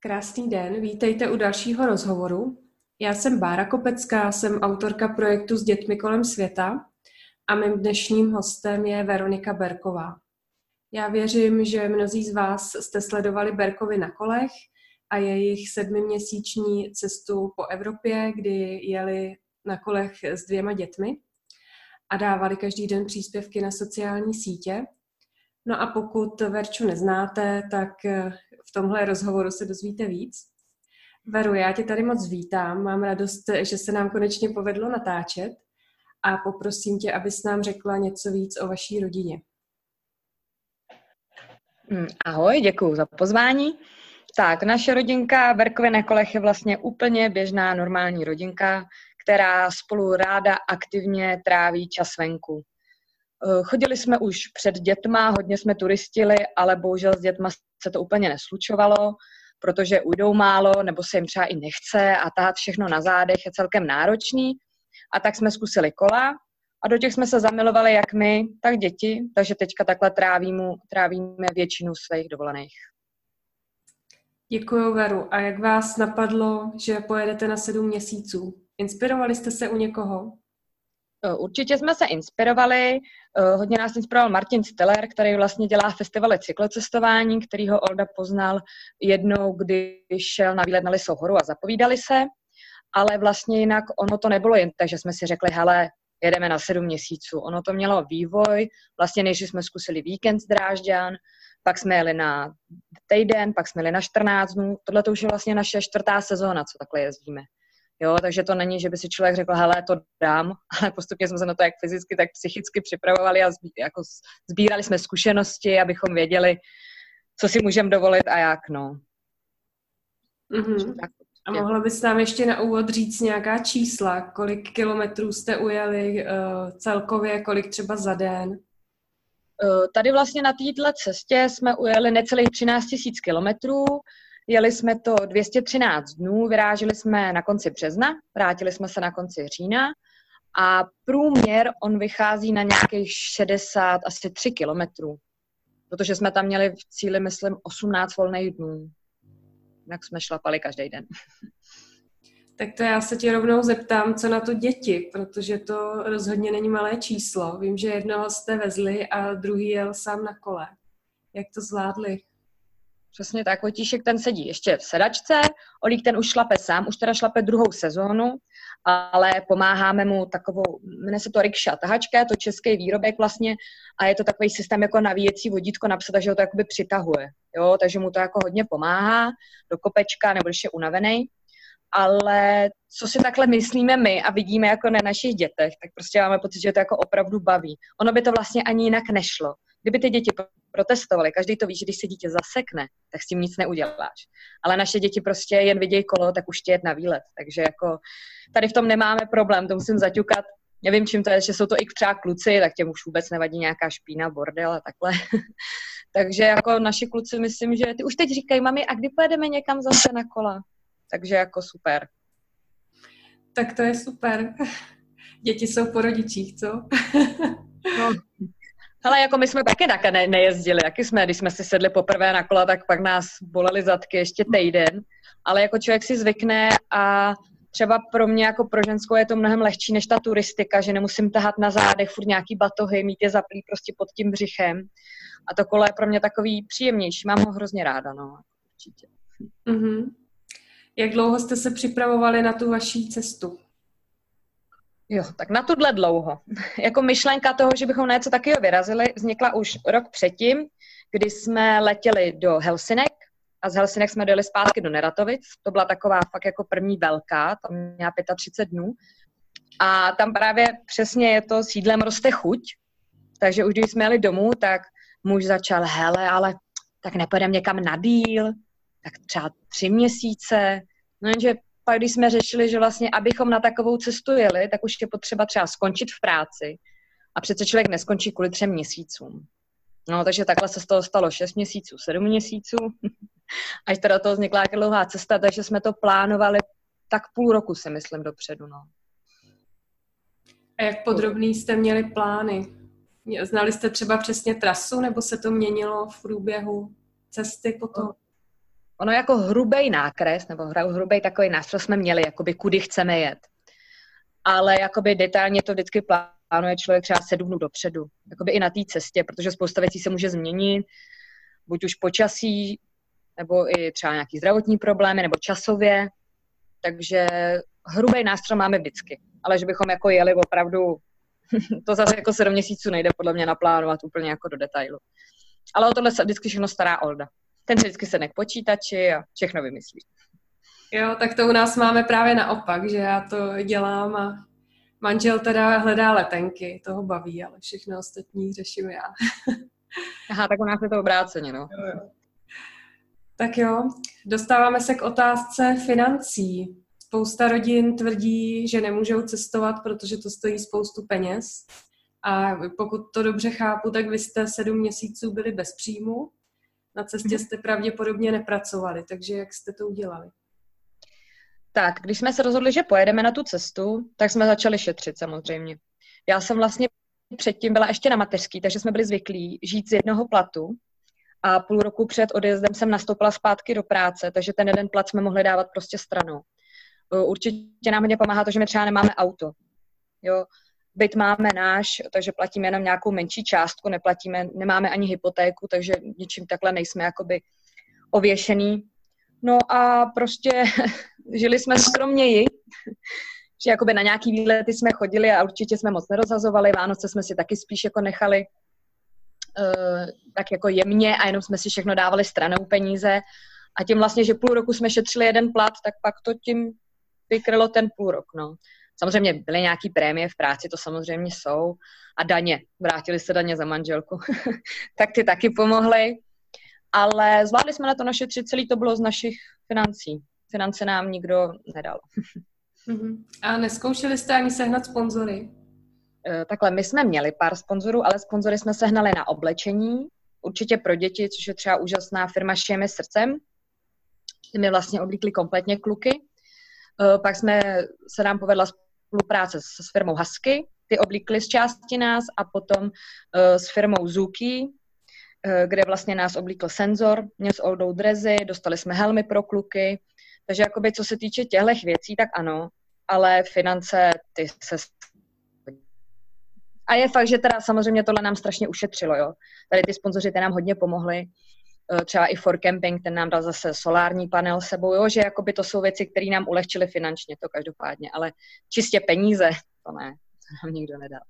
Krásný den, vítejte u dalšího rozhovoru. Já jsem Bára Kopecká, jsem autorka projektu S dětmi kolem světa a mým dnešním hostem je Veronika Berková. Já věřím, že mnozí z vás jste sledovali Berkovy na kolech a jejich 7měsíční cestu po Evropě, kdy jeli na kolech s 2 dětmi a dávali každý den příspěvky na sociální sítě. No a pokud Verču neznáte, tak v tomhle rozhovoru se dozvíte víc. Veru, já tě tady moc vítám, mám radost, že se nám konečně povedlo natáčet a poprosím tě, abys nám řekla něco víc o vaší rodině. Ahoj, děkuju za pozvání. Tak, naše rodinka Berkovy na kolech je vlastně úplně běžná normální rodinka, která spolu ráda aktivně tráví čas venku. Chodili jsme už před dětma, hodně jsme turistili, ale bohužel s dětma se to úplně neslučovalo, protože ujdou málo, nebo se jim třeba i nechce a tahat všechno na zádech je celkem náročný. A tak jsme zkusili kola a do těch jsme se zamilovali jak my, tak děti, takže teďka takhle trávíme většinu svých dovolených. Děkuju, Veru. A jak vás napadlo, že pojedete na 7 měsíců? Inspirovali jste se u někoho? Určitě jsme se inspirovali, hodně nás inspiroval Martin Stiller, který vlastně dělá festivaly cyklocestování, kterýho Olda poznal jednou, když šel na výlet na Lysou horu a zapovídali se, ale vlastně jinak ono to nebylo jen tak, že jsme si řekli, hele, jedeme na 7 měsíců. Ono to mělo vývoj, vlastně než jsme zkusili víkend z Drážďan, pak jsme jeli na týden, pak jsme jeli na 14 dnů, tohle to už je vlastně naše 4. sezóna, co takhle jezdíme. Jo, takže to není, že by si člověk řekl, hele, to dám, ale postupně jsme se na to jak fyzicky, tak psychicky připravovali a jako sbírali jsme zkušenosti, abychom věděli, co si můžeme dovolit a jak, no. Mm-hmm. A mohla bys nám ještě na úvod říct nějaká čísla, kolik kilometrů jste ujeli celkově, kolik třeba za den? Tady vlastně na této cestě jsme ujeli necelých 13 000 kilometrů, jeli jsme to 213 dnů, vyráželi jsme na konci března, vrátili jsme se na konci října a průměr on vychází na nějakých 60, asi 3 kilometrů, protože jsme tam měli v cíli, myslím, 18 volných dnů. Jak jsme šlapali každý den. Tak to já se tě rovnou zeptám, co na to děti, protože to rozhodně není malé číslo. Vím, že jednoho jste vezli a druhý jel sám na kole. Jak to zvládli? Přesně tak, Vojtíšek ten sedí ještě v sedačce, Olík ten už šlape sám, už teda šlape 2. sezónu, ale pomáháme mu takovou, jmenuje se to rikša, tahačka, je to český výrobek vlastně a je to takový systém jako navíjecí vodítko napsat, takže ho to jakoby přitahuje, jo, takže mu to jako hodně pomáhá do kopečka nebo když je unavený, ale co si takhle myslíme my a vidíme jako na našich dětech, tak prostě máme pocit, že to jako opravdu baví. Ono by to vlastně ani jinak nešlo. Kdyby ty děti protestovali, každý to ví, že když se dítě zasekne, tak s tím nic neuděláš. Ale naše děti prostě jen vidějí kolo, tak už chtějí jet na výlet. Takže jako tady v tom nemáme problém, to musím zaťukat. Nevím, čím to je, že jsou to i třeba kluci, tak těm už vůbec nevadí nějaká špína, bordel a takhle. Takže jako naši kluci, myslím, že ty už teď říkají, mami, a kdy pojedeme někam zase na kola? Takže jako super. Tak to je super. Děti jsou po rodičích, co? No. Hele, jako my jsme taky nejezdili, když jsme si sedli poprvé na kola, tak pak nás bolely zadky ještě týden, ale jako člověk si zvykne a třeba pro mě jako pro ženskou je to mnohem lehčí než ta turistika, že nemusím tahat na zádech furt nějaký batohy, mít je zaplý prostě pod tím břichem a to kolo je pro mě takový příjemnější, mám ho hrozně ráda, no, určitě. Mm-hmm. Jak dlouho jste se připravovali na tu vaší cestu? Jo, tak na tohle dlouho. Jako myšlenka toho, že bychom na něco takového vyrazili, vznikla už rok předtím, kdy jsme letěli do Helsinek a z Helsinek jsme dojeli zpátky do Neratovic. To byla taková fakt jako první velká, tam měla 35 dnů. A tam právě přesně je to s jídlem roste chuť. Takže už když jsme jeli domů, tak muž začal, hele, ale tak nepojedeme někam na díl, tak třeba 3 měsíce. No jenže pak když jsme řešili, že vlastně, abychom na takovou cestu jeli, tak už je potřeba třeba skončit v práci. A přece člověk neskončí kvůli 3 měsícům. No, takže takhle se z toho stalo 6 měsíců, 7 měsíců. Až teda toho vznikla nějaká dlouhá cesta, takže jsme to plánovali tak půl roku, si myslím, dopředu, no. A jak podrobný jste měli plány? Znali jste třeba přesně trasu, nebo se to měnilo v průběhu cesty potom? ono jako hrubej nákres, nebo hrubej takový nástroj jsme měli, jakoby kudy chceme jet. Ale jakoby detailně to vždycky plánuje člověk třeba 7 dnů dopředu. Jakoby i na té cestě, protože spousta věcí se může změnit, buď už počasí, nebo i třeba nějaký zdravotní problémy, nebo časově. Takže hrubej nástroj máme vždycky. Ale že bychom jako jeli opravdu, to zase jako 7 měsíců nejde podle mě naplánovat úplně jako do detailu. Ale o tohle se vždycky všechno stará Olda. Ten si vždycky sedne k počítači a všechno vymyslí. Jo, tak to u nás máme právě naopak, že já to dělám a manžel teda hledá letenky, toho baví, ale všechno ostatní řeším já. Aha, tak u nás je to obráceně, no. Jo. Tak jo, dostáváme se k otázce financí. Spousta rodin tvrdí, že nemůžou cestovat, protože to stojí spoustu peněz. A pokud to dobře chápu, tak vy jste 7 měsíců byli bez příjmu. Na cestě jste pravděpodobně nepracovali, takže jak jste to udělali? Tak, když jsme se rozhodli, že pojedeme na tu cestu, tak jsme začali šetřit samozřejmě. Já jsem vlastně předtím byla ještě na mateřský, takže jsme byli zvyklí žít z jednoho platu a půl roku před odjezdem jsem nastoupila zpátky do práce, takže ten jeden plat jsme mohli dávat prostě stranou. Určitě nám hodně pomáhá to, že my třeba nemáme auto. Jo, byt máme náš, takže platíme jenom nějakou menší částku, nemáme ani hypotéku, takže ničím takhle nejsme jakoby ověšený. No a prostě žili jsme skromněji, že jakoby na nějaký výlety jsme chodili a určitě jsme moc nerozhazovali, Vánoce jsme si taky spíš jako nechali tak jako jemně a jenom jsme si všechno dávali stranou peníze a tím vlastně, že půl roku jsme šetřili jeden plat, tak pak to tím vykrylo ten půl rok, no. Samozřejmě byly nějaký prémie v práci, to samozřejmě jsou a daně, vrátili se daně za manželku, tak ty taky pomohly. Ale zvládli jsme na to našetřit, celý to bylo z našich financí. Finance nám nikdo nedal. A neskoušeli jste ani sehnat sponzory? Takhle, my jsme měli pár sponzorů, ale sponzory jsme sehnali na oblečení, určitě pro děti, což je třeba úžasná firma Šijeme srdcem. Ty mi vlastně oblíkli kompletně kluky. Pak se nám povedla spolupráce s firmou Husky, ty oblíkli z části nás a potom s firmou Zuki, kde vlastně nás oblíkl Senzor, měl s Oldou drezy, dostali jsme helmy pro kluky, takže jakoby co se týče těchto věcí, tak ano, ale finance, ty se... A je fakt, že teda samozřejmě tohle nám strašně ušetřilo, jo. Tady ty sponzoři, ty nám hodně pomohli, třeba i For Camping, ten nám dal zase solární panel sebou, jo, že jakoby to jsou věci, které nám ulehčily finančně, to každopádně, ale čistě peníze, to ne, to nám nikdo nedal.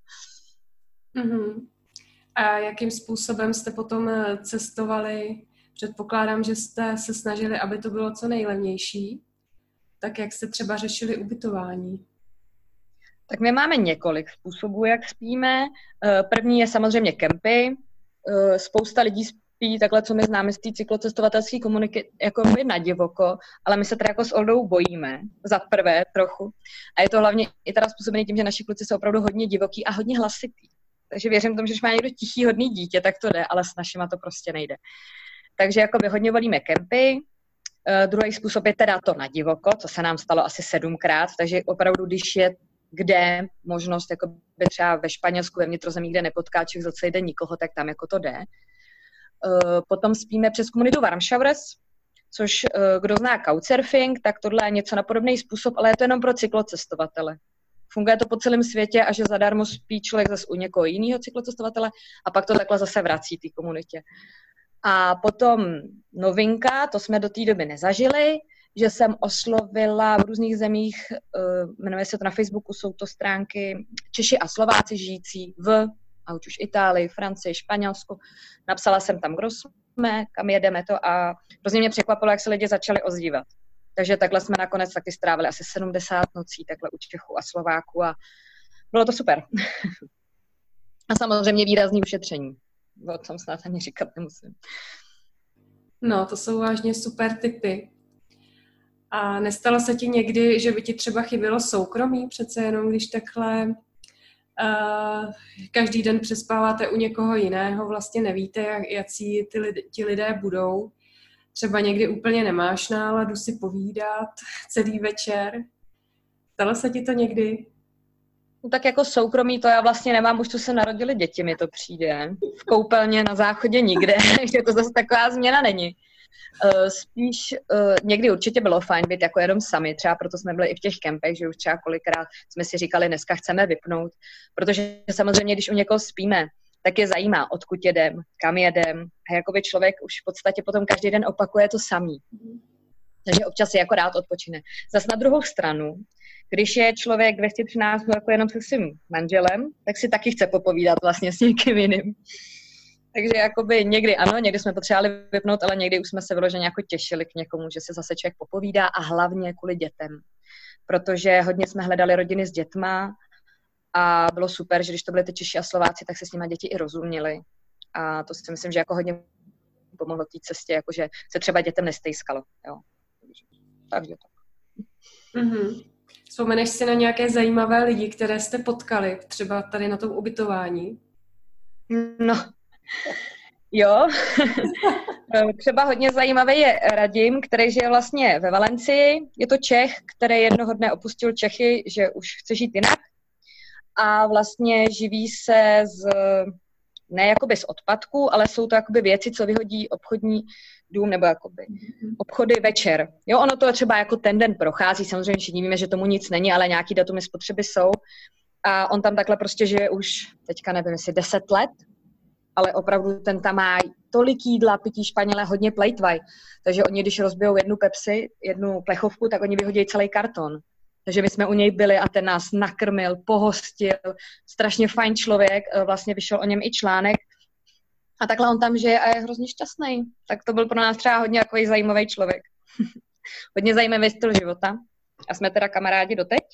A jakým způsobem jste potom cestovali? Předpokládám, že jste se snažili, aby to bylo co nejlevnější. Tak jak jste třeba řešili ubytování? Tak my máme několik způsobů, jak spíme. První je samozřejmě kempy. Spousta lidí spí takhle, co my známe z té cyklocestovatelské komuniky, jako my na divoko, ale my se teda jako s Oldou bojíme, za prvé trochu. A je to hlavně i teda způsobený tím, že naši kluci jsou opravdu hodně divoký a hodně hlasitý. Takže věřím tomu, že když má někdo tichý, hodný dítě, tak to jde, ale s našima to prostě nejde. Takže jakoby hodně volíme kempy. Druhý způsob je teda to na divoko, co se nám stalo asi 7krát, takže opravdu, když je kde možnost, jako by třeba ve Španělsku, ve vnitrozemí, kde nepotká člověk za celý den nikoho, tak tam jako to jde. Potom spíme přes komunitu Warmshowers, což kdo zná couchsurfing, tak tohle je něco na podobný způsob, ale je to jenom pro cyklocestovatele. Funguje to po celém světě a že zadarmo spí člověk zase u někoho jiného cyklocestovatele a pak to takhle zase vrací té komunitě. A potom novinka, to jsme do té doby nezažili, že jsem oslovila v různých zemích, jmenuje se to na Facebooku, jsou to stránky Češi a Slováci žijící a už Itálii, Francii, Španělsku. Napsala jsem tam, kdo jsme, kam jedeme to a hrozně mě překvapilo, jak se lidi začali ozývat. Takže takhle jsme nakonec taky strávili asi 70 nocí takhle u Čechů a Slováků a bylo to super. A samozřejmě výrazný ušetření. O tom snad ani říkat nemusím. No, to jsou vážně super tipy. A nestalo se ti někdy, že by ti třeba chybělo soukromí? Přece jenom, když takhle každý den přespáváte u někoho jiného, vlastně nevíte, jaký ti lidé budou. Třeba někdy úplně nemáš náladu si povídat celý večer. Stalo se ti to někdy? No tak jako soukromí to já vlastně nemám, už tu se narodily děti, mi to přijde. V koupelně na záchodě nikde, že to zase taková změna není. Spíš někdy určitě bylo fajn být jako jenom sami, třeba proto jsme byli i v těch kempech, že už třeba kolikrát jsme si říkali, dneska chceme vypnout, protože samozřejmě, když u někoho spíme, tak je zajímá, odkud jedem, kam jedem a jakoby člověk už v podstatě potom každý den opakuje to samý. Takže občas si jako rád odpočine. Zas na druhou stranu, když je člověk 213 jako jenom se svým manželem, tak si taky chce popovídat vlastně s někým jiným. Takže jakoby někdy ano, někdy jsme potřebovali vypnout, ale někdy už jsme se vyloženě jako těšili k někomu, že se zase člověk popovídá a hlavně kvůli dětem. Protože hodně jsme hledali rodiny s dětma a bylo super, že když to byly ty Češi a Slováci, tak se s nimi děti i rozuměli. A to si myslím, že jako hodně pomohlo té cestě, jakože se třeba dětem nestejskalo. Jo. Takže tak. Mm-hmm. Vzpomeneš si na nějaké zajímavé lidi, které jste potkali, třeba tady na tom ubytování? No, jo. Třeba hodně zajímavý je Radim, který žije vlastně ve Valencii. Je to Čech, který jednoho dne opustil Čechy, že už chce žít jinak. A vlastně živí se ne jakoby z odpadku, ale jsou to jakoby věci, co vyhodí obchodní dům nebo jakoby obchody večer. Jo, ono to třeba jako ten den prochází, samozřejmě všichni víme, že tomu nic není, ale nějaký datumy spotřeby jsou. A on tam takhle prostě žije už, teďka nevím, jestli 10 let, ale opravdu ten tam má tolik jídla, pití Španělé hodně plejtvaj. Takže oni, když rozbijou jednu Pepsi, jednu plechovku, tak oni vyhodí celý karton. Takže my jsme u něj byli a ten nás nakrmil, pohostil, strašně fajn člověk, vlastně vyšel o něm i článek. A takhle on tam žije a je hrozně šťastný. Tak to byl pro nás třeba hodně takový zajímavý člověk. Hodně zajímavý styl života. A jsme teda kamarádi doteď.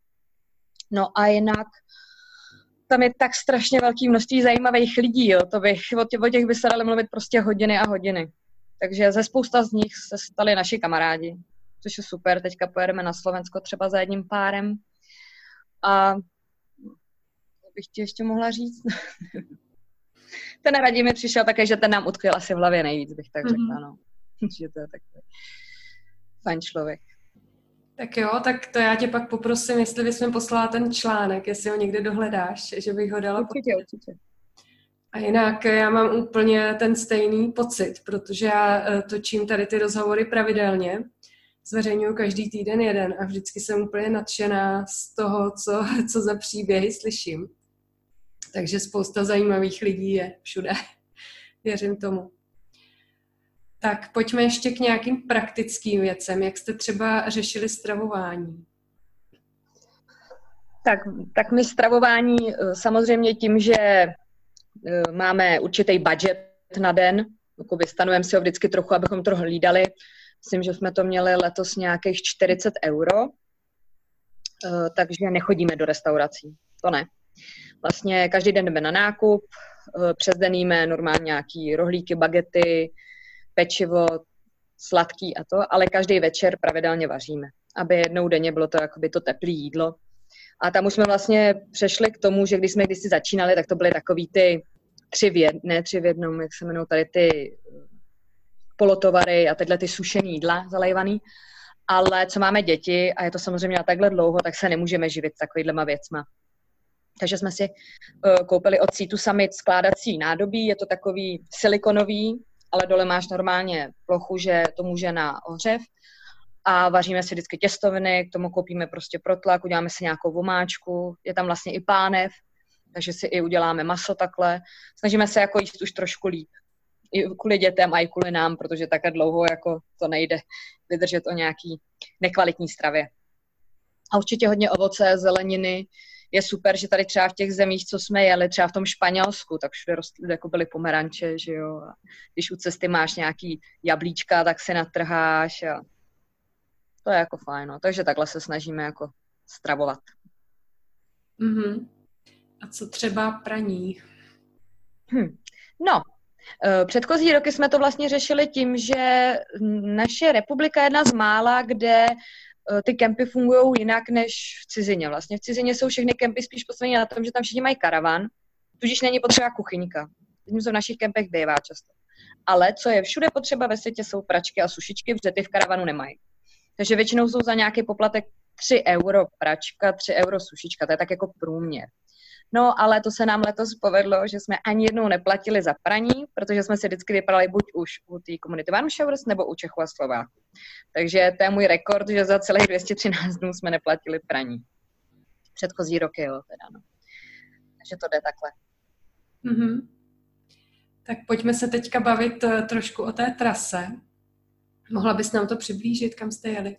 No a jinak tam je tak strašně velké množství zajímavých lidí, jo. To bych o těch by se dali mluvit prostě hodiny a hodiny. Takže ze spousta z nich se stali naši kamarádi, což je super. Teďka pojedeme na Slovensko třeba za jedním párem. A bych ti ještě mohla říct. Ten Radim mi přišel také, že ten nám utkvěl asi v hlavě nejvíc, bych tak řekla, no. Že to je takový fajn člověk. Tak jo, tak to já tě pak poprosím, jestli bys mi poslala ten článek, jestli ho někde dohledáš, že bych ho dala. Určitě. A jinak já mám úplně ten stejný pocit, protože já točím tady ty rozhovory pravidelně, zveřejňuju každý týden jeden a vždycky jsem úplně nadšená z toho, co za příběhy slyším. Takže spousta zajímavých lidí je všude. Věřím tomu. Tak pojďme ještě k nějakým praktickým věcem. Jak jste třeba řešili stravování? Tak my stravování samozřejmě tím, že máme určitý budget na den, stanujeme si ho vždycky trochu, abychom to hlídali. Myslím, že jsme to měli letos nějakých 40 €, takže nechodíme do restaurací. To ne. Vlastně každý den jdeme na nákup, přes den jíme normálně nějaký rohlíky, bagety, pečivo, sladký a to, ale každý večer pravidelně vaříme, aby jednou denně bylo to jakoby to teplé jídlo. A tam už jsme vlastně přešli k tomu, že když jsme kdysi začínali, tak to byly takový ty tři v jednom, jak se jmenují tady ty polotovary a tyhle ty sušený jídla zalejvaný. Ale co máme děti a je to samozřejmě na takhle dlouho, tak se nemůžeme živit takovýhlema věcma. Takže jsme si koupili od Sea to Summit skládací nádobí, je to takový silikonový, ale dole máš normálně plochu, že to může na ohřev a vaříme si vždycky těstoviny, k tomu koupíme prostě protlak, uděláme si nějakou vomáčku, je tam vlastně i pánev, takže si i uděláme maso takhle. Snažíme se jako jíst už trošku líp. I kvůli dětem a i kvůli nám, protože takhle dlouho jako to nejde vydržet o nějaký nekvalitní stravě. A určitě hodně ovoce, zeleniny. Je super, že tady třeba v těch zemích, co jsme jeli, třeba v tom Španělsku, tak všude jako byly pomeranče, že jo. A když u cesty máš nějaký jablíčka, tak si natrháš a to je jako fajn, no. Takže takhle se snažíme jako stravovat. Mm-hmm. A co třeba praní? No, předchozí roky jsme to vlastně řešili tím, že naše republika je jedna z mála, kde ty kempy fungují jinak než v cizině. Vlastně v cizině jsou všechny kempy spíš postavené na tom, že tam všichni mají karavan, tudíž není potřeba kuchyňka. Tím se v našich kempech bývá často. Ale co je všude potřeba ve světě, jsou pračky a sušičky, protože ty v karavanu nemají. Takže většinou jsou za nějaký poplatek 3 € pračka, 3 € sušička, to je tak jako průměr. No, ale to se nám letos povedlo, že jsme ani jednou neplatili za praní, protože jsme si vždycky vypadali buď už u té Community Warm Showers nebo u Čechů a Slováků. Takže to je můj rekord, že za celých 213 dnů jsme neplatili praní. Předchozí roky, jo, teda, no. Takže to jde takhle. Mm-hmm. Tak pojďme se teďka bavit trošku o té trase. Mohla bys nám to přiblížit, kam jste jeli?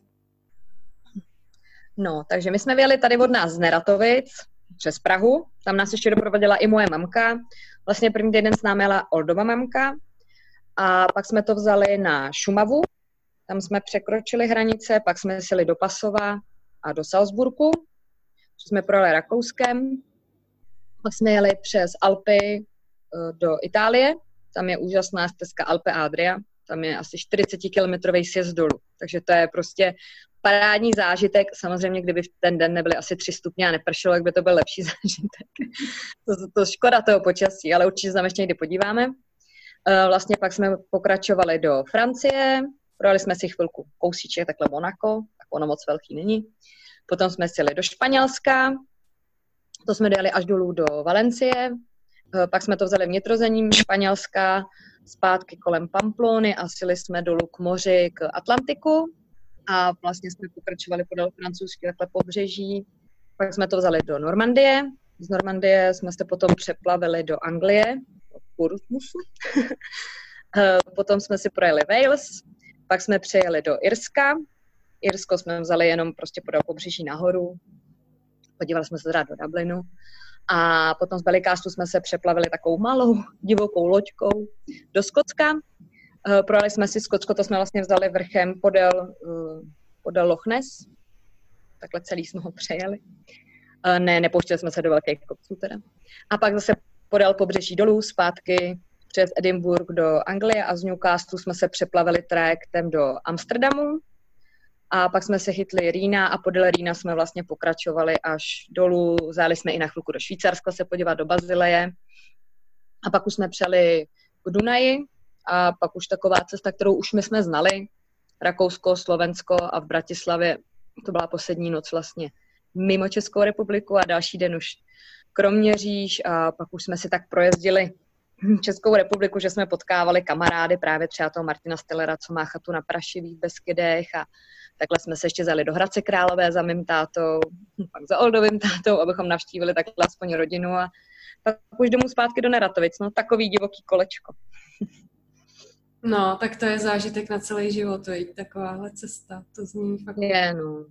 No, takže my jsme vyjeli tady od nás z Neratovic přes Prahu. Tam nás ještě doprovodila i moje mamka. Vlastně první týden s námi jela Oldova mamka. A pak jsme to vzali na Šumavu. Tam jsme překročili hranice, pak jsme jeli do Pasova a do Salzburgu. Jsme projeli Rakouskem. Pak jsme jeli přes Alpy do Itálie. Tam je úžasná stezka Alpe Adria. Tam je asi 40-kilometrový sjezd dolů. Takže to je prostě parádní zážitek. Samozřejmě, kdyby v ten den nebyly asi 3 stupně a nepršelo, tak by to byl lepší zážitek. To škoda toho počasí, ale určitě se tam ještě někdy podíváme. Vlastně pak jsme pokračovali do Francie, projeli jsme si chvilku kousíček, takhle Monako, tak ono moc velký není. Potom jsme sjeli do Španělska, to jsme dojeli až dolů do Valencie, pak jsme to vzali vnitrozemím Španělska, zpátky kolem Pamplony a sjeli jsme dolů k moři, k Atlantiku a vlastně jsme pokračovali podél francouzského takhle pobřeží. Pak jsme to vzali do Normandie. Z Normandie jsme se potom přeplavili do Anglie, do Portsmouthu. Potom jsme si projeli Wales, pak jsme přejeli do Irska. Irsko jsme vzali jenom prostě podél pobřeží nahoru. Podívali jsme se teda do Dublinu. A potom z Bellicastu jsme se přeplavili takovou malou divokou loďkou do Skotska. Projeli jsme si Skotsko, to jsme vlastně vzali vrchem podél Loch Ness. Takhle celý jsme ho přejeli. Nepouštěli jsme se do velkých kopců teda. A pak zase podél pobřeží dolů, zpátky přes Edinburgh do Anglie a z Newcastlu jsme se přeplavili trajektem do Amsterdamu. A pak jsme se chytli Rýna a podél Rýna jsme vlastně pokračovali až dolů. Zajeli jsme i na chvilku do Švýcarska se podívat do Bazileje. A pak už jsme přeli k Dunaji a pak už taková cesta, kterou už my jsme znali. Rakousko, Slovensko a v Bratislavě to byla poslední noc vlastně mimo Českou republiku a další den už Kroměříž a pak už jsme si tak projezdili Českou republiku, že jsme potkávali kamarády, právě třeba toho Martina Stellera, co má chatu na Prašivých Beskydech a takhle jsme se ještě zali do Hradce Králové za mým tátou, pak za Oldovým tátou, abychom navštívili takhle aspoň rodinu a pak už domů zpátky do Neratovic, no takový divoký kolečko. No, tak to je zážitek na celý život, veď, takováhle cesta, to zní fakt... Je, no.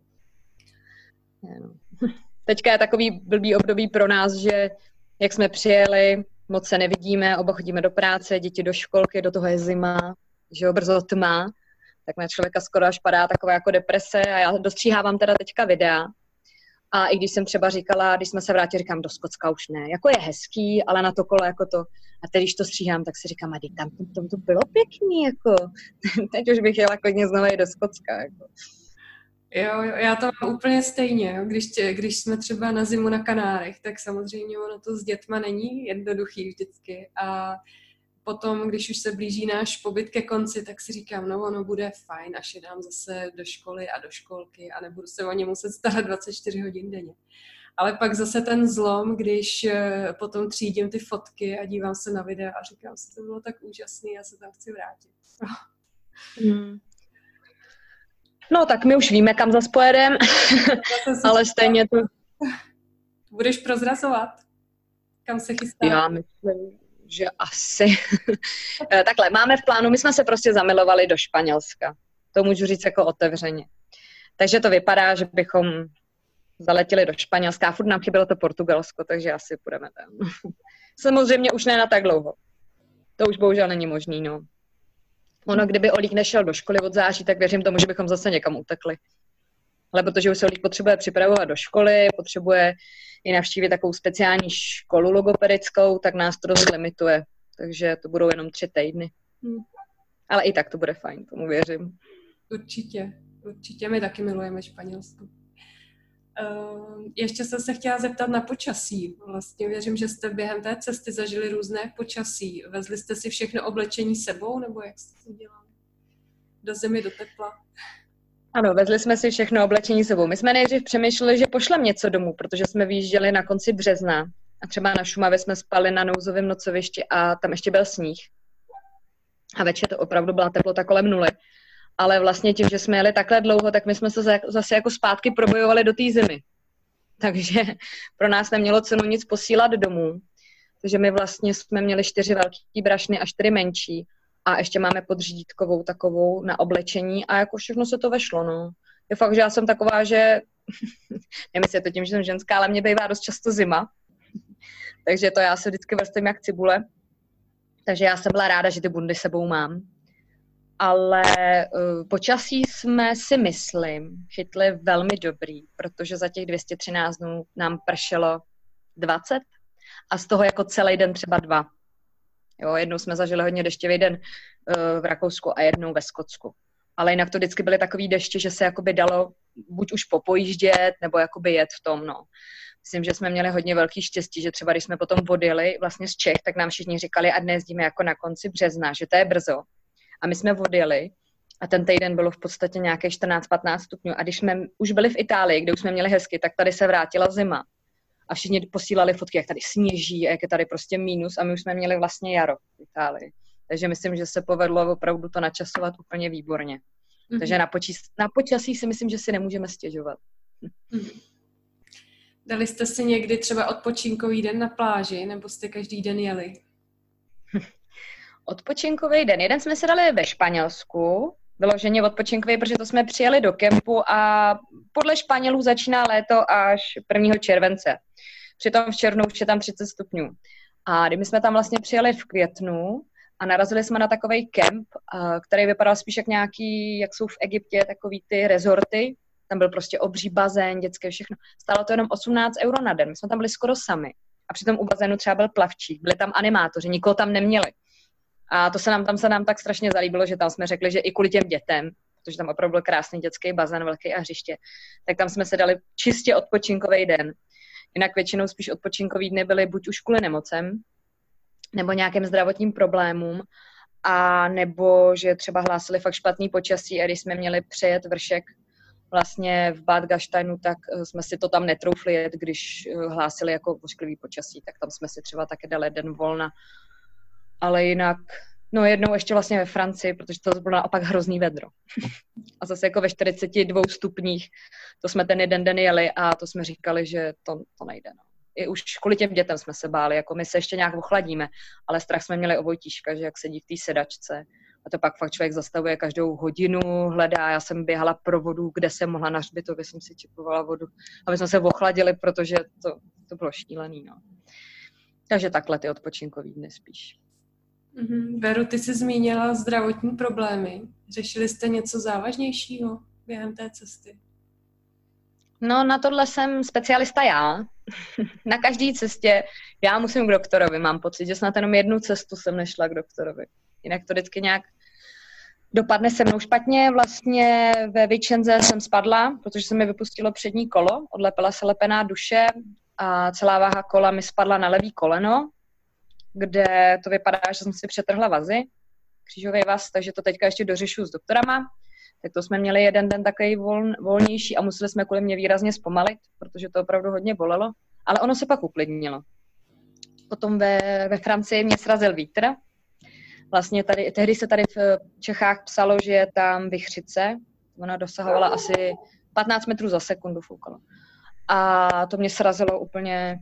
Teďka je takový blbý období pro nás, že jak jsme přijeli, moc se nevidíme, oba chodíme do práce, děti do školky, do toho je zima, že jo, brzo tma, tak na člověka skoro až padá taková jako deprese a já dostříhávám teda teďka videa. A i když jsem třeba říkala, když jsme se vrátili, říkám, do Skotska už ne. Jako je hezký, ale na to kolo jako to. A teď, když to stříhám, tak si říkám, a tam to bylo pěkný, jako. Teď už bych jela klidně znovu i do Skotska, jako. Jo, já to mám úplně stejně, jo. Když jsme třeba na zimu na Kanárech, tak samozřejmě ono to s dětma není jednoduchý vždycky. A potom, když už se blíží náš pobyt ke konci, tak si říkám, no ono bude fajn, až je dám zase do školy a do školky a nebudu se o ně muset starat 24 hodin denně. Ale pak zase ten zlom, když potom třídím ty fotky a dívám se na videa a říkám si, to bylo tak úžasný, já se tam chci vrátit. No tak my už víme, kam zas pojedem, ale stejně to... Budeš prozrazovat? Kam se chystáš? Já myslím, že asi. Takhle, máme v plánu, my jsme se prostě zamilovali do Španělska. To můžu říct jako otevřeně. Takže to vypadá, že bychom zaletěli do Španělska a furt nám chybělo to Portugalsko, takže asi půjdeme tam. Samozřejmě už ne na tak dlouho. To už bohužel není možný, no. Ono, kdyby Olík nešel do školy od září, tak věřím tomu, že bychom zase někam utekli. Ale protože už se Olík potřebuje připravovat do školy, potřebuje i navštívit takovou speciální školu logopedickou, tak nás to dost limituje. Takže to budou jenom 3 týdny. Ale i tak to bude fajn, tomu věřím. Určitě my taky milujeme Španělsko. Ještě jsem se chtěla zeptat na počasí. Vlastně věřím, že jste během té cesty zažili různé počasí. Vezli jste si všechno oblečení sebou, nebo jak jste to dělali? Do zimy, do tepla? Ano, vezli jsme si všechno oblečení sebou. My jsme nejdřív přemýšleli, že pošlem něco domů, protože jsme vyjížděli na konci března A třeba na Šumavě jsme spali na nouzovém nocovišti a tam ještě byl sníh. A večer to opravdu byla teplota kolem 0. Ale vlastně tím, že jsme jeli takhle dlouho, tak my jsme se zase jako zpátky probojovali do té zimy. Takže pro nás nemělo cenu nic posílat domů. Takže my vlastně jsme měli 4 velký brašny a 4 menší. A ještě máme podřídítkovou takovou na oblečení a jako všechno se to vešlo, no. Je fakt, že já jsem taková, že nevím, jestli je to tím, že jsem ženská, ale mě bývá dost často zima. Takže to já se vždycky vrstím jak cibule. Takže já jsem byla ráda, že ty bundy sebou mám. Ale počasí jsme si, myslím, chytli velmi dobrý, protože za těch 213 dnů nám pršelo 20 a z toho jako celý den třeba 2. Jo, jednou jsme zažili hodně dešťový den v Rakousku a jednou ve Skotsku. Ale jinak to vždycky byly takový deště, že se jakoby dalo buď už popojíždět, nebo jakoby jet v tom, no. Myslím, že jsme měli hodně velký štěstí, že třeba když jsme potom odjeli vlastně z Čech, tak nám všichni říkali, a dnes jezdíme jako na konci března, že to je brzo. A my jsme odjeli a ten týden bylo v podstatě nějaké 14-15 stupňů. A když jsme už byli v Itálii, kde už jsme měli hezky, tak tady se vrátila zima. A všichni posílali fotky, jak tady sněží a jak je tady prostě mínus. A my už jsme měli vlastně jaro v Itálii. Takže myslím, že se povedlo opravdu to načasovat úplně výborně. Mm-hmm. Takže na počasí si myslím, že si nemůžeme stěžovat. Mm-hmm. Dali jste si někdy třeba odpočinkový den na pláži, nebo jste každý den jeli? Odpočinkový den. Jeden jsme si dali ve Španělsku, vyloženě odpočinkový, protože to jsme přijeli do kempu a podle Španělů začíná léto až 1. července. Přitom v červnu už je tam 30 stupňů. A když jsme tam vlastně přijeli v květnu a narazili jsme na takovej kemp, který vypadal spíš jak nějaký, jak jsou v Egyptě, takový ty rezorty. Tam byl prostě obří bazén, dětské všechno. Stálo to jenom 18 € na den. My jsme tam byli skoro sami. A přitom u bazénu třeba byl plavčík. Byli tam animátoři, nikoho tam neměli. A tam se nám tak strašně zalíbilo, že tam jsme řekli, že i kvůli těm dětem, protože tam opravdu byl krásný dětský bazén, velký a hřiště, tak tam jsme se dali čistě odpočinkový den. Jinak většinou spíš odpočinkový dny byly buď už kvůli nemocem, nebo nějakým zdravotním problémům, a nebo že třeba hlásili fakt špatný počasí a když jsme měli přejet vršek vlastně v Bad Gasteinu, tak jsme si to tam netroufli jet, když hlásili jako ošklivý počasí, tak tam jsme si třeba taky dali den volna. Ale jinak, no jednou ještě vlastně ve Francii, protože to bylo naopak hrozný vedro. A zase jako ve 42 stupních, to jsme ten jeden den jeli a to jsme říkali, že to nejde. No. I už kvůli těm dětem jsme se báli, jako my se ještě nějak ochladíme, ale strach jsme měli o Vojtíška, že jak sedí v té sedačce. A to pak fakt člověk zastavuje každou hodinu, hledá. Já jsem běhala pro vodu, kde jsem mohla na hřbitově, jsem si čipovala vodu. A my jsme se ochladili, protože to bylo šílený. No. Takže takhle ty odpočinkový dny spíš. Veru, ty jsi zmínila zdravotní problémy. Řešili jste něco závažnějšího během té cesty? No, na tohle jsem specialista já. Na každé cestě já musím k doktorovi. Mám pocit, že snad jenom jednu cestu jsem nešla k doktorovi. Jinak to vždycky nějak dopadne se mnou špatně. Vlastně ve Vicenze jsem spadla, protože se mi vypustilo přední kolo. Odlepila se lepená duše a celá váha kola mi spadla na levý koleno, kde to vypadá, že jsem si přetrhla vazy, křížový vaz, takže to teďka ještě dořešu s doktorama. Tak to jsme měli jeden den takový volnější a museli jsme kvůli mě výrazně zpomalit, protože to opravdu hodně bolelo, ale ono se pak uklidnilo. Potom ve Francii mě srazil vítr. Vlastně tehdy se tady v Čechách psalo, že je tam vichřice. Ona dosahovala asi 15 metrů za sekundu foukalo. A to mě srazilo úplně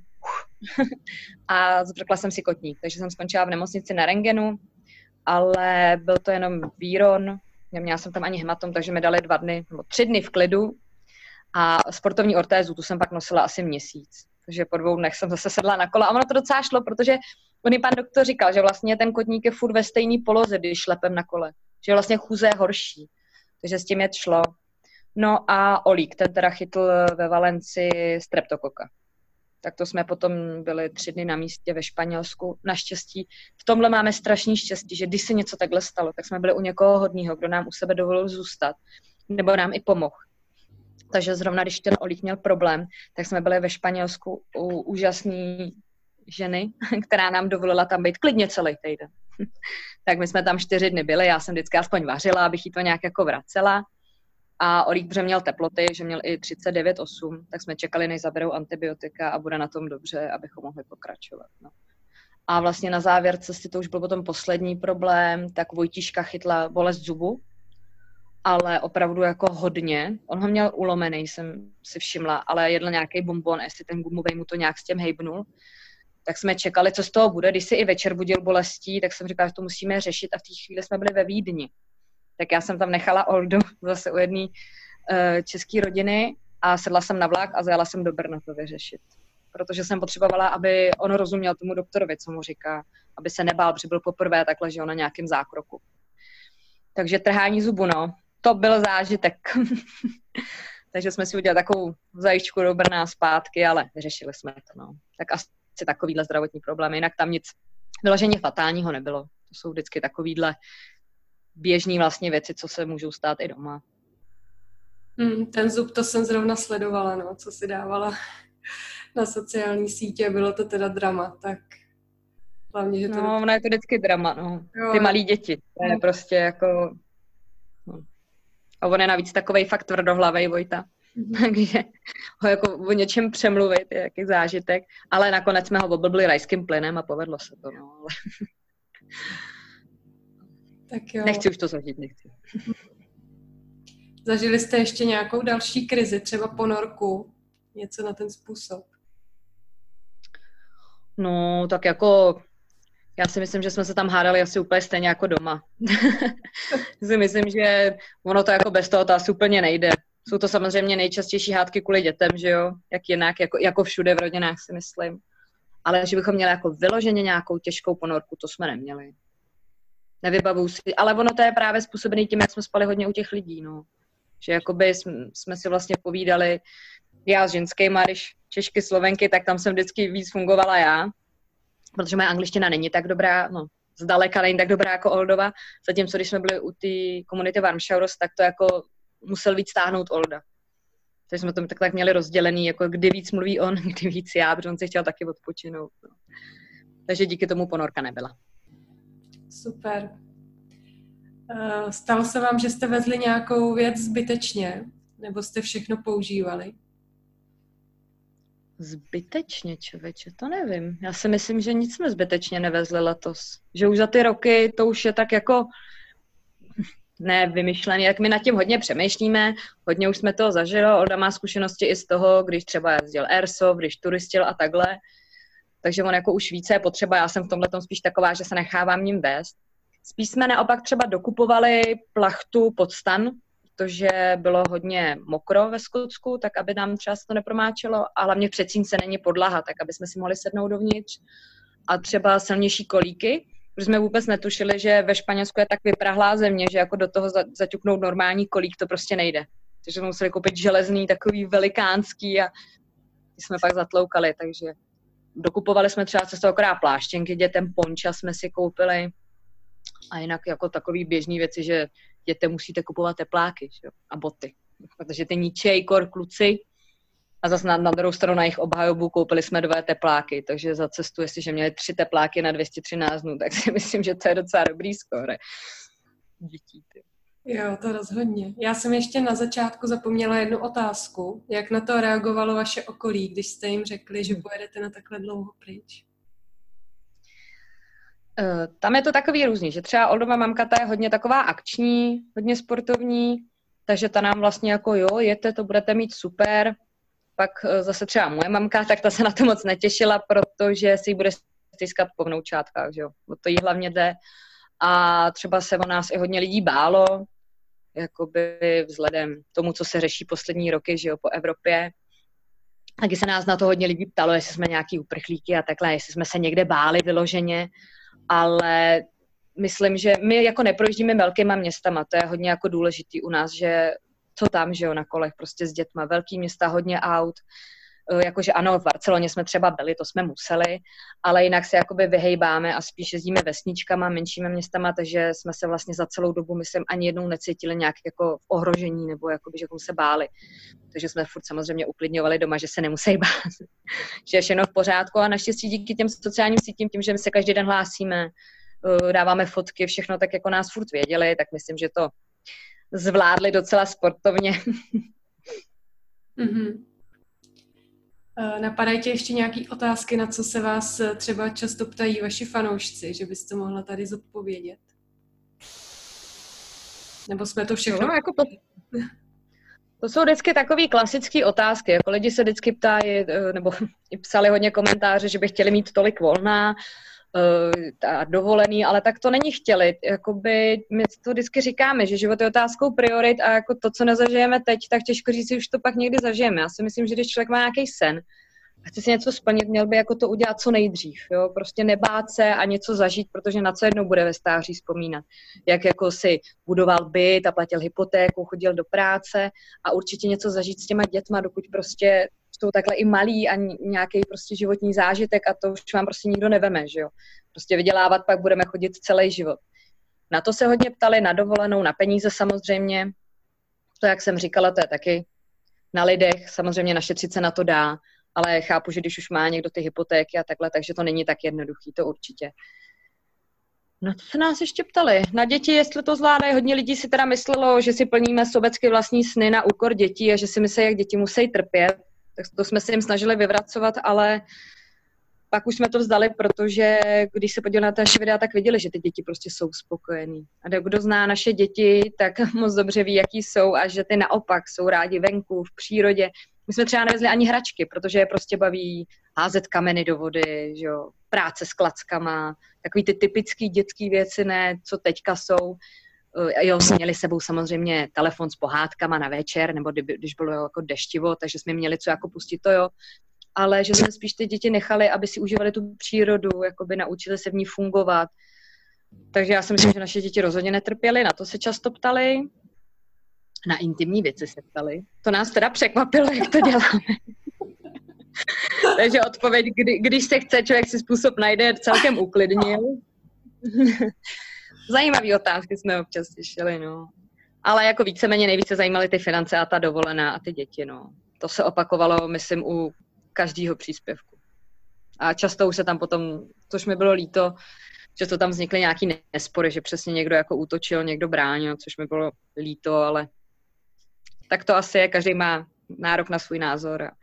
a zvřekla jsem si kotník, takže jsem skončila v nemocnici na rentgenu, ale byl to jenom výron, neměla jsem tam ani hematom, takže mi dali 2 dny, nebo 3 dny v klidu a sportovní ortézu, tu jsem pak nosila asi měsíc. Takže po 2 dnech jsem zase sedla na kolo a ono to docela šlo, protože on pan doktor říkal, že vlastně ten kotník je furt ve stejné poloze, když šlepem na kole, že vlastně chůze je horší, takže s tím je šlo. No a Olík, ten teda chytl ve Valencii streptokoka. Tak to jsme potom byli 3 dny na místě ve Španělsku. Naštěstí v tomhle máme strašný štěstí, že když se něco takhle stalo, tak jsme byli u někoho hodného, kdo nám u sebe dovolil zůstat, nebo nám i pomohl. Takže zrovna, když ten Olík měl problém, tak jsme byli ve Španělsku u úžasné ženy, která nám dovolila tam být klidně celý týden. Tak my jsme tam 4 dny byli, já jsem vždycky aspoň vařila, abych jí to nějak jako vracela. A Olík, protože měl teploty, že měl i 39,8, tak jsme čekali, než zaberou antibiotika a bude na tom dobře, abychom mohli pokračovat. No. A vlastně na závěr cesty, to už byl potom poslední problém, tak Vojtíška chytla bolest zubu, ale opravdu jako hodně. On ho měl ulomený, jsem si všimla, ale jedl nějaký bonbon, jestli ten gumovej mu to nějak s těm hejbnul. Tak jsme čekali, co z toho bude. Když si i večer budil bolestí, tak jsem říkala, že to musíme řešit a v té chvíli jsme byli ve Vídni. Tak já jsem tam nechala Oldu zase u jedné české rodiny a sedla jsem na vlak a zajela jsem do Brna to vyřešit. Protože jsem potřebovala, aby on rozuměl tomu doktorovi, co mu říká, aby se nebál, protože byl poprvé takhle, že on na nějakém zákroku. Takže trhání zubu, no, to byl zážitek. Takže jsme si udělali takovou zajíčku do Brna zpátky, ale vyřešili jsme to, no. Tak asi takovýhle zdravotní problémy, jinak tam nic vyloženě fatálního nebylo. To jsou vždycky takovýhle běžný vlastně věci, co se můžou stát i doma. Ten zub, to jsem zrovna sledovala, no, co si dávala na sociální sítě, bylo to teda drama, tak hlavně, že to... No, ono je to vždycky drama, no. Ty malí děti, to je prostě jako... No. A on je navíc takovej fakt tvrdohlavej Vojta, takže ho jako o něčem přemluvit je jaký zážitek, ale nakonec jsme ho oblbli rajským plynem a povedlo se to, no, ale... Tak jo. Nechci už to zažít, nechci. Zažili jste ještě nějakou další krizi, třeba ponorku, něco na ten způsob? No, tak jako, já si myslím, že jsme se tam hádali asi úplně stejně jako doma. si myslím, že ono to jako bez toho to asi úplně nejde. Jsou to samozřejmě nejčastější hádky kvůli dětem, že jo, jak jinak, jako všude v rodinách si myslím. Ale že bychom měli jako vyloženě nějakou těžkou ponorku, to jsme neměli. Nevybavuju si, ale ono to je právě způsobený tím, jak jsme spali hodně u těch lidí, no. Že jakoby jsme si vlastně povídali, já s ženskýma, když Češky, Slovenky, tak tam jsem vždycky víc fungovala já, protože moje angličtina není tak dobrá, no, zdaleka není tak dobrá jako Oldova, zatímco když jsme byli u té komunity Warmshowers, tak to jako musel víc stáhnout Olda. Takže jsme to tak měli rozdělený, jako kdy víc mluví on, kdy víc já, protože on si chtěl taky odpočinout. No. Takže díky tomu ponorka nebyla. Super. Stalo se vám, že jste vezli nějakou věc zbytečně? Nebo jste všechno používali? Zbytečně, člověče, to nevím. Já si myslím, že nic jsme zbytečně nevezli letos. Že už za ty roky to už je tak jako nevymyšlený, jak my nad tím hodně přemýšlíme, hodně už jsme toho zažili, Olda má zkušenosti i z toho, když třeba jezdil airsoft, když turistil a takhle, takže on jako už více je potřeba, já jsem v tomhletom spíš taková, že se nechávám ním vést. Spíš jsme naopak třeba dokupovali plachtu pod stan, protože bylo hodně mokro ve Skotsku, tak aby nám třeba se to nepromáčelo a hlavně v předsínce není podlaha, tak aby jsme si mohli sednout dovnitř a třeba silnější kolíky, protože jsme vůbec netušili, že ve Španělsku je tak vyprahlá země, že jako do toho zaťuknout normální kolík to prostě nejde. Takže jsme museli koupit železný, takový velikánský a ty jsme pak zatloukali, takže dokupovali jsme třeba cestou akorát pláštěnky, dětem ponča jsme si koupili a jinak jako takový běžný věci, že dětem musíte kupovat tepláky, že jo? A boty, protože ty ničej kor kluci a zase na druhou stranu na jejich obhajobu koupili jsme 2 tepláky, takže za cestu, jestliže měli 3 tepláky na 213 dnů, tak si myslím, že to je docela dobrý skóre dětí. Jo, to rozhodně. Já jsem ještě na začátku zapomněla jednu otázku. Jak na to reagovalo vaše okolí, když jste jim řekli, že pojedete na takhle dlouho pryč? Tam je to takový různý, že třeba Oldova mamka ta je hodně taková akční, hodně sportovní, takže ta nám vlastně jako jo, jete, to budete mít super. Pak zase třeba moje mamka, tak ta se na to moc netěšila, protože si ji bude stýskat po vnoučátkách, že jo. O to jí hlavně jde. A třeba se o nás i hodně lidí bálo, jakoby vzhledem tomu, co se řeší poslední roky, že jo, po Evropě. Taky se nás na to hodně lidí ptalo, jestli jsme nějaký uprchlíky a takhle, jestli jsme se někde báli vyloženě, ale myslím, že my jako neprojíždíme velkýma městama, to je hodně jako důležitý u nás, že co tam, že jo, na kolech prostě s dětma, velký města, hodně aut, jakože ano, v Barceloně jsme třeba byli, to jsme museli, ale jinak se jakoby vyhejbáme a spíš jezdíme vesničkama, menšími městama, takže jsme se vlastně za celou dobu, myslím, ani jednou necítili nějak jako v ohrožení nebo jakoby, že se báli. Takže jsme furt samozřejmě uklidňovali doma, že se nemusí bát, že je všechno v pořádku a naštěstí díky těm sociálním sítím, tím, že my se každý den hlásíme, dáváme fotky, všechno tak jako nás furt věděli, tak myslím, že to zvládli docela sportovně. Mm-hmm. Napadají tě ještě nějaké otázky, na co se vás třeba často ptají vaši fanoušci, že byste mohla tady zodpovědět? Nebo jsme to všechno... No, jako to jsou vždycky takové klasické otázky, jako lidi se vždycky ptají, nebo psali hodně komentáře, že by chtěli mít tolik volna a dovolený, ale tak to není chtěli. Jakoby my to vždycky říkáme, že život je otázkou priorit a jako to, co nezažijeme teď, tak těžko říct, že už to pak někdy zažijeme. Já si myslím, že když člověk má nějaký sen a chce si něco splnit, měl by jako to udělat co nejdřív. Jo? Prostě nebát se a něco zažít, protože na co jednou bude ve stáří vzpomínat. Jak jako si budoval byt a platil hypotéku, chodil do práce a určitě něco zažít s těma dětma, dokud prostě jsou takhle i malí a nějaký prostě životní zážitek a to už vám prostě nikdo neveme, že jo. Prostě vydělávat pak budeme chodit celý život. Na to se hodně ptali, na dovolenou, na peníze samozřejmě. To, jak jsem říkala, to je taky na lidech. Samozřejmě našetřit se na to dá, ale chápu, že když už má někdo ty hypotéky a takhle, takže to není tak jednoduchý, to určitě. No to se nás ještě ptali. Na děti, jestli to zvládají, hodně lidí si teda myslelo, že si plníme sobecky vlastní sny na úkor dětí a že si myslí, jak děti musí trpět. Tak to jsme se jim snažili vyvracovat, ale pak už jsme to vzdali, protože když se podívali na ty naše videa, tak viděli, že ty děti prostě jsou spokojený. A kdo zná naše děti, tak moc dobře ví, jaký jsou a že ty naopak jsou rádi venku, v přírodě. My jsme třeba nevezli ani hračky, protože je prostě baví házet kameny do vody, že jo, práce s klackama, takový ty typický dětský věci, ne, co teďka jsou. Jo, jsme měli sebou samozřejmě telefon s pohádkama na večer, nebo když bylo jako deštivo, takže jsme měli co jako pustit, to jo. Ale že jsme spíš ty děti nechali, aby si užívali tu přírodu, jakoby naučili se v ní fungovat. Takže já si myslím, že naše děti rozhodně netrpěly, na to se často ptali. Na intimní věci se ptali. To nás teda překvapilo, jak to děláme. Takže odpověď, když se chce, člověk si způsob najde, celkem uklidnil. Zajímavý otázky jsme občas slyšeli, no. Ale jako víceméně nejvíce zajímaly ty finance a ta dovolená a ty děti, no. To se opakovalo, myslím, u každého příspěvku. A často už se tam potom, což mi bylo líto, že to tam vznikly nějaký nespory, že přesně někdo jako útočil, někdo bránil, což mi bylo líto, ale tak to asi je, každý má nárok na svůj názor a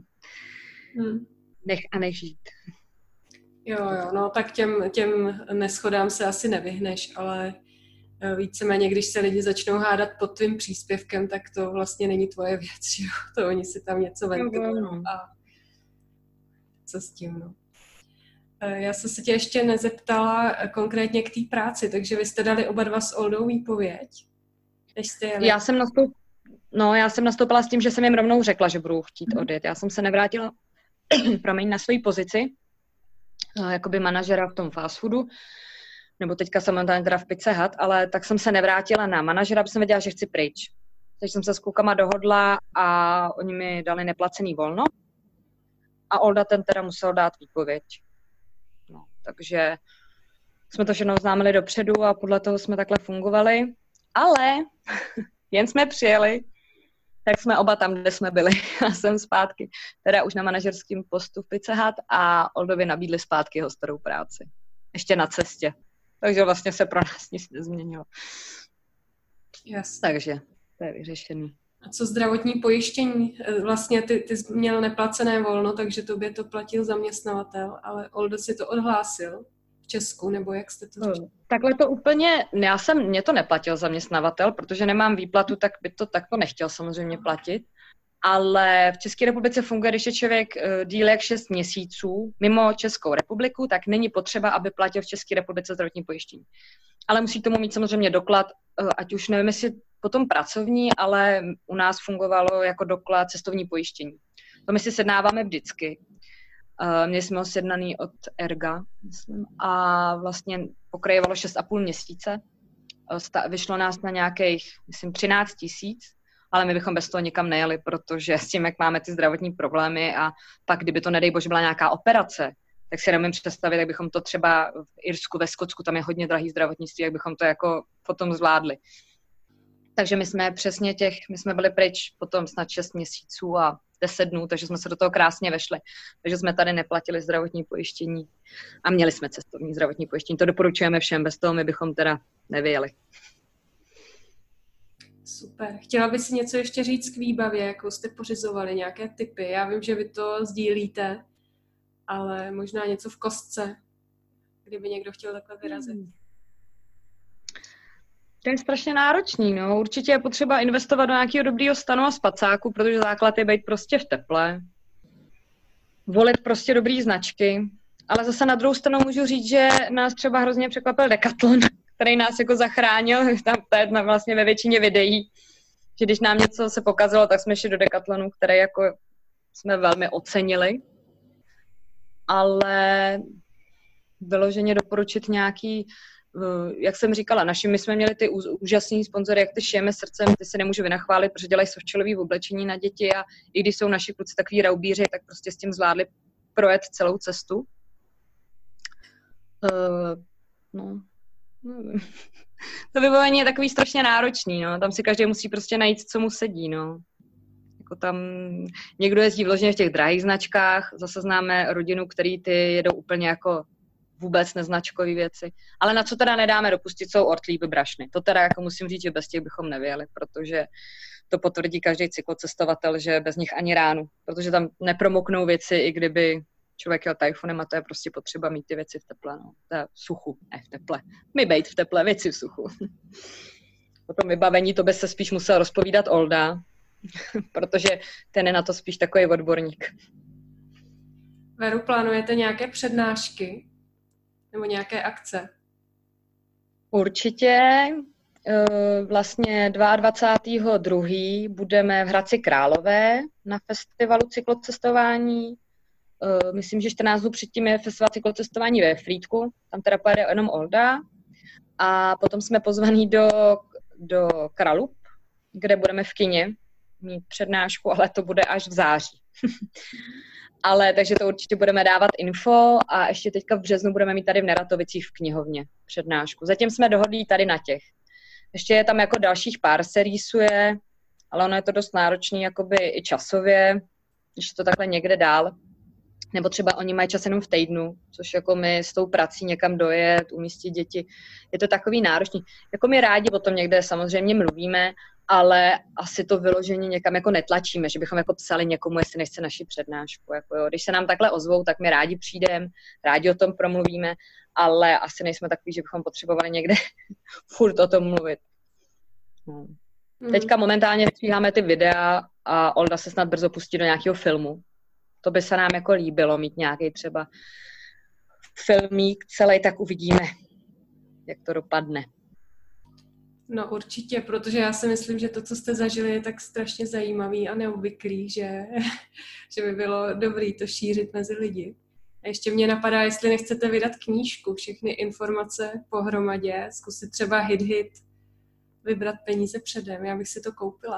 nech žít. Jo, no tak těm neschodám se asi nevyhneš, ale víceméně, když se lidi začnou hádat pod tvým příspěvkem, tak to vlastně není tvoje věc, že jo? To oni si tam něco ventilují a co s tím, no. Já jsem se tě ještě nezeptala konkrétně k té práci, takže vy jste dali oba dva s Oldou výpověď? Než jste jeli. Já jsem nastoupila s tím, že jsem jim rovnou řekla, že budu chtít odjet. Já jsem se nevrátila na svoji pozici, jakoby manažera v tom fast foodu, nebo teďka jsem momentálně teda v Pizza Hut, ale tak jsem se nevrátila na manažera, protože jsem věděla, že chci pryč. Takže jsem se s klukama dohodla a oni mi dali neplacený volno a Olda ten teda musel dát výpověď. No, takže jsme to všechno oznámili dopředu a podle toho jsme takhle fungovali, ale jen jsme přijeli, tak jsme oba tam, kde jsme byli. Já jsem zpátky, teda už na manažerském postu v Pizza Hut a Oldovi nabídli zpátky jeho starou práci. Ještě na cestě. Takže vlastně se pro nás nic nezměnilo. Jasně. Takže to je vyřešený. A co zdravotní pojištění? Vlastně ty jsi měl neplacené volno, takže tobě to platil zaměstnavatel, ale Oldo si to odhlásil v Česku, nebo jak jste to řešili? Takhle to úplně, mě to neplatil zaměstnavatel, protože nemám výplatu, tak by to takto nechtěl samozřejmě platit. Ale v České republice funguje, když je člověk díl jak 6 měsíců mimo Českou republiku, tak není potřeba, aby platil v České republice zdravotní pojištění. Ale musí tomu mít samozřejmě doklad, ať už nevím, jestli potom pracovní, ale u nás fungovalo jako doklad cestovní pojištění. To my si sednáváme vždycky. Měli jsme ho sjednaný od Erga, myslím, a vlastně pokrajovalo 6,5 měsíce. Vyšlo nás na nějakých, myslím, 13 000, ale my bychom bez toho nikam nejeli, protože s tím, jak máme ty zdravotní problémy a pak, kdyby to, nedej bože, byla nějaká operace, tak si nemůžu představit, jak bychom to třeba v Irsku, ve Skotsku, tam je hodně drahý zdravotnictví, jak bychom to jako potom zvládli. Takže my jsme byli pryč potom snad 6 měsíců a 10 dnů, takže jsme se do toho krásně vešli. Takže jsme tady neplatili zdravotní pojištění a měli jsme cestovní zdravotní pojištění. To doporučujeme všem, bez toho my bychom teda nevyjeli. Super. Chtěla bys si něco ještě říct k výbavě, jakou jste pořizovali, nějaké tipy? Já vím, že vy to sdílíte, ale možná něco v kostce, kdyby někdo chtěl takhle vyrazit. To je strašně náročný, no. Určitě je potřeba investovat do nějakého dobrýho stanu a spacáku, protože základ je být prostě v teple. Volit prostě dobrý značky. Ale zase na druhou stranu můžu říct, že nás třeba hrozně překvapil Decathlon, který nás jako zachránil, tam vlastně ve většině videí, že když nám něco se pokazilo, tak jsme šli do Decathlonu, který jako jsme velmi ocenili. Ale vyloženě doporučit nějaký, jak jsem říkala, my jsme měli ty úžasný sponzory, jak ty Šijeme srdcem, ty se nemůžu vynachválit, protože dělají softshellové oblečení na děti a i když jsou naši kluci takový raubíři, tak prostě s tím zvládli projet celou cestu. To vybavení je takový strašně náročný, no. Tam si každý musí prostě najít, co mu sedí, no. Jako tam někdo jezdí vloženě v těch drahých značkách, zase známe rodinu, který ty jedou úplně jako vůbec neznačkové věci. Ale na co teda nedáme dopustit, jsou ortlíby brašny. To teda jako musím říct, že bez těch bychom nevěli, protože to potvrdí každý cyklocestovatel, že bez nich ani ránu, protože tam nepromoknou věci, i kdyby člověk jel tajfunem a to je prostě potřeba mít ty věci v teple, no. To je v suchu, ne v teple. My bejt v teple, věci v suchu. O tom vybavení to by se spíš musel rozpovídat Olda, protože ten je na to spíš takový odborník. Veru, plánujete nějaké přednášky nebo nějaké akce? Určitě. Vlastně 22.2. budeme v Hradci Králové na festivalu cyklocestování. Myslím, že 14 dnů předtím je festival cyklocestování ve Frýdku, tam teda pojede jenom Olda. A potom jsme pozvaní do Kralup, kde budeme v kině mít přednášku, ale to bude až v září. Takže to určitě budeme dávat info a ještě teďka v březnu budeme mít tady v Neratovicích v knihovně přednášku. Zatím jsme dohodlí tady na těch. Ještě je tam jako dalších pár se rýsuje, ale ono je to dost náročný jakoby i časově, když to takhle někde dál. Nebo třeba oni mají čas jenom v týdnu, což jako my s tou prací někam dojet, umístit děti. Je to takový náročný. Jako my rádi o tom někde samozřejmě mluvíme, ale asi to vyloženě někam jako netlačíme, že bychom jako psali někomu, jestli nechce naši přednášku. Jako jo. Když se nám takhle ozvou, tak my rádi přijdeme, rádi o tom promluvíme, ale asi nejsme takový, že bychom potřebovali někde furt o tom mluvit. No. Teďka momentálně stříháme ty videa a Olda se snad brzo pustí do nějakého filmu. To by se nám jako líbilo mít nějaký třeba filmík celý, tak uvidíme, jak to dopadne. No určitě, protože já si myslím, že to, co jste zažili, je tak strašně zajímavý a neobvyklý, že by bylo dobré to šířit mezi lidi. A ještě mě napadá, jestli nechcete vydat knížku, všechny informace pohromadě, zkusit třeba hit, vybrat peníze předem, já bych si to koupila.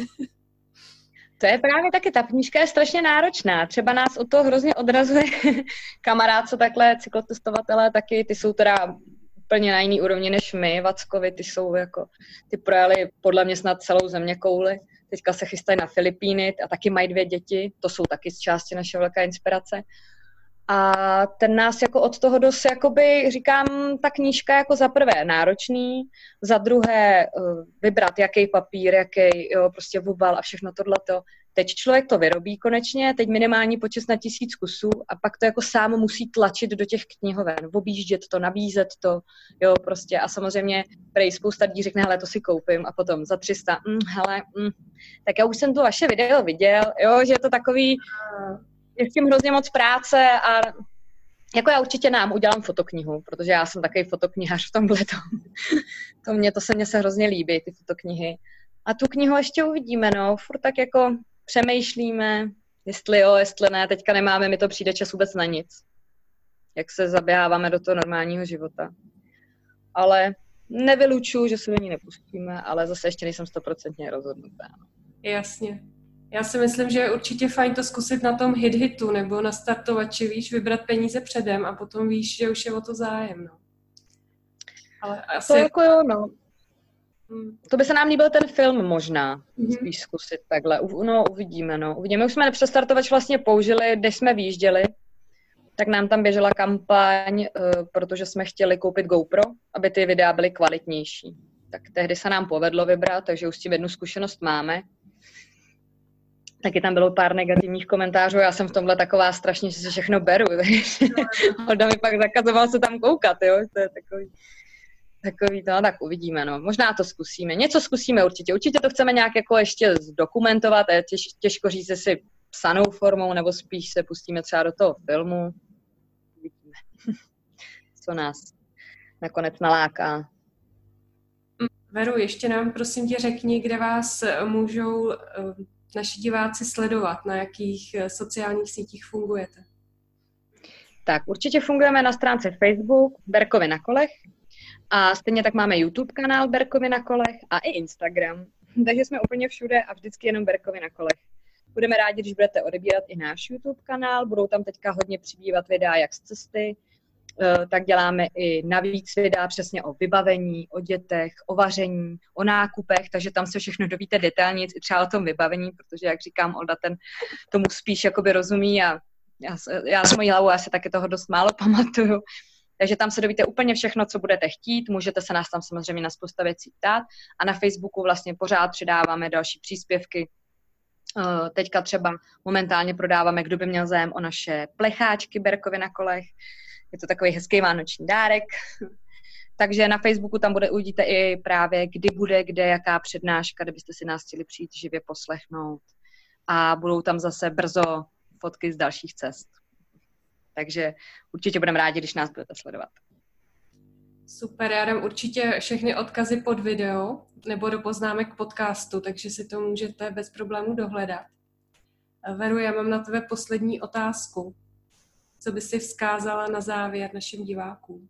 To je právě taky, ta knížka je strašně náročná. Třeba nás od toho hrozně odrazuje kamarád, co takhle cyklotestovatelé taky, ty jsou teda úplně na jiný úrovni než my, Vackovi, ty projeli podle mě snad celou zeměkouli. Teďka se chystají na Filipíny a taky mají 2 děti, to jsou taky z části naše velká inspirace. A ten nás jako od toho dost, jakoby, říkám, ta knížka jako za prvé náročný, za druhé vybrat, jaký papír, jaký, jo, prostě obal a všechno tohleto. Teď člověk to vyrobí konečně, teď minimální počet na 1000 kusů a pak to jako sám musí tlačit do těch knihoven, objíždět to, nabízet to, jo, prostě a samozřejmě prej spousta lidí řekne, hele, to si koupím a potom za 300, tak já už jsem to vaše video viděl, jo, že je to takový, je s tím hrozně moc práce a jako já určitě nám udělám fotoknihu, protože já jsem takový fotoknihař v tomhletom. Mně se hrozně líbí, ty fotoknihy. A tu knihu ještě uvidíme, no, furt tak jako přemýšlíme, jestli jo, jestli ne, teďka nemáme, mi to přijde čas vůbec na nic. Jak se zaběháváme do toho normálního života. Ale nevylučuju, že se do ní nepustíme, ale zase ještě nejsem 100% rozhodnutá. Jasně. Já si myslím, že je určitě fajn to zkusit na tom hitu nebo na startovači, víš, vybrat peníze předem a potom víš, že už je o to zájem, no. Ale asi... To jako jo, no. To by se nám líbil ten film možná, spíš zkusit takhle. No, uvidíme, no. Uvidíme, už jsme nepřestartovač vlastně použili, když jsme vyjížděli, tak nám tam běžela kampaň, protože jsme chtěli koupit GoPro, aby ty videa byly kvalitnější. tak tehdy se nám povedlo vybrat, takže už s tím jednu zkušenost máme. Taky tam bylo pár negativních komentářů, já jsem v tomhle taková strašně, že si všechno beru. Holda mi pak zakazoval se tam koukat, jo, to je takový to, no, tak uvidíme, no. Možná to zkusíme. Něco zkusíme určitě. Určitě to chceme nějak jako ještě zdokumentovat, je těžko říct, jestli psanou formou, nebo spíš se pustíme třeba do toho filmu. Uvidíme, co nás nakonec naláká. Veru, ještě nám prosím tě řekni, kde vás můžou naši diváci sledovat, na jakých sociálních sítích fungujete. Tak určitě fungujeme na stránce Facebook Berkovy na kolech a stejně tak máme YouTube kanál Berkovy na kolech a i Instagram. Takže jsme úplně všude a vždycky jenom Berkovy na kolech. Budeme rádi, když budete odebírat i náš YouTube kanál, budou tam teďka hodně přibývat videa jak z cesty, tak děláme i navíc videa přesně o vybavení, o dětech, o vaření, o nákupech, takže tam se všechno dovíte detailně i třeba o tom vybavení, protože, jak říkám, Olda ten tomu spíš jakoby rozumí a já s mojí hlavou asi taky toho dost málo pamatuju. Takže tam se dovíte úplně všechno, co budete chtít, můžete se nás tam samozřejmě na spousta věcí ptát a na Facebooku vlastně pořád přidáváme další příspěvky. Teďka třeba momentálně prodáváme, kdo by měl zájem o naše plecháčky Berkovy na kolech. Je to takový hezký vánoční dárek. Takže na Facebooku tam uvidíte i právě, kdy bude, kde, jaká přednáška, kdybyste si nás chtěli přijít živě poslechnout. A budou tam zase brzo fotky z dalších cest. Takže určitě budeme rádi, když nás budete sledovat. Super, já dám určitě všechny odkazy pod video nebo do poznámek podcastu, takže si to můžete bez problémů dohledat. Veru, já mám na tebe poslední otázku. Co by si vzkázala na závěr našim divákům?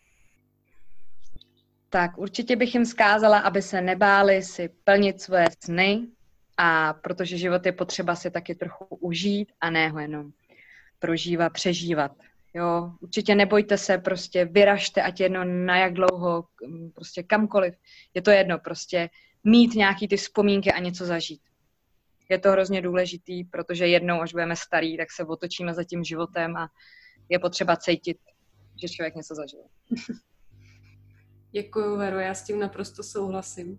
Tak určitě bych jim vzkázala, aby se nebáli si plnit svoje sny, a protože život je potřeba si taky trochu užít a ne ho jenom prožívat, přežívat. Jo, určitě nebojte se, prostě vyražte, ať jedno na jak dlouho, prostě kamkoliv. Je to jedno, prostě mít nějaký ty vzpomínky a něco zažít. Je to hrozně důležitý, protože jednou, až budeme starý, tak se otočíme za tím životem a je potřeba cítit, že člověk něco zažil. Děkuju, Vero, já s tím naprosto souhlasím.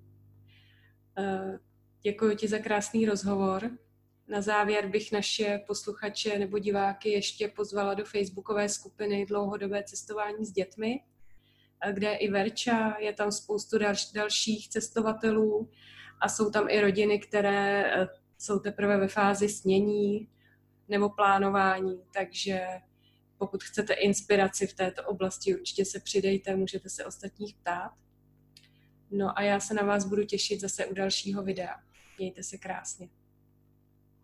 Děkuji ti za krásný rozhovor. Na závěr bych naše posluchače nebo diváky ještě pozvala do facebookové skupiny Dlouhodobé cestování s dětmi, kde je i Verča, je tam spoustu dalších cestovatelů a jsou tam i rodiny, které jsou teprve ve fázi snění nebo plánování, takže pokud chcete inspiraci v této oblasti, určitě se přidejte, můžete se ostatních ptát. No a já se na vás budu těšit zase u dalšího videa. Mějte se krásně.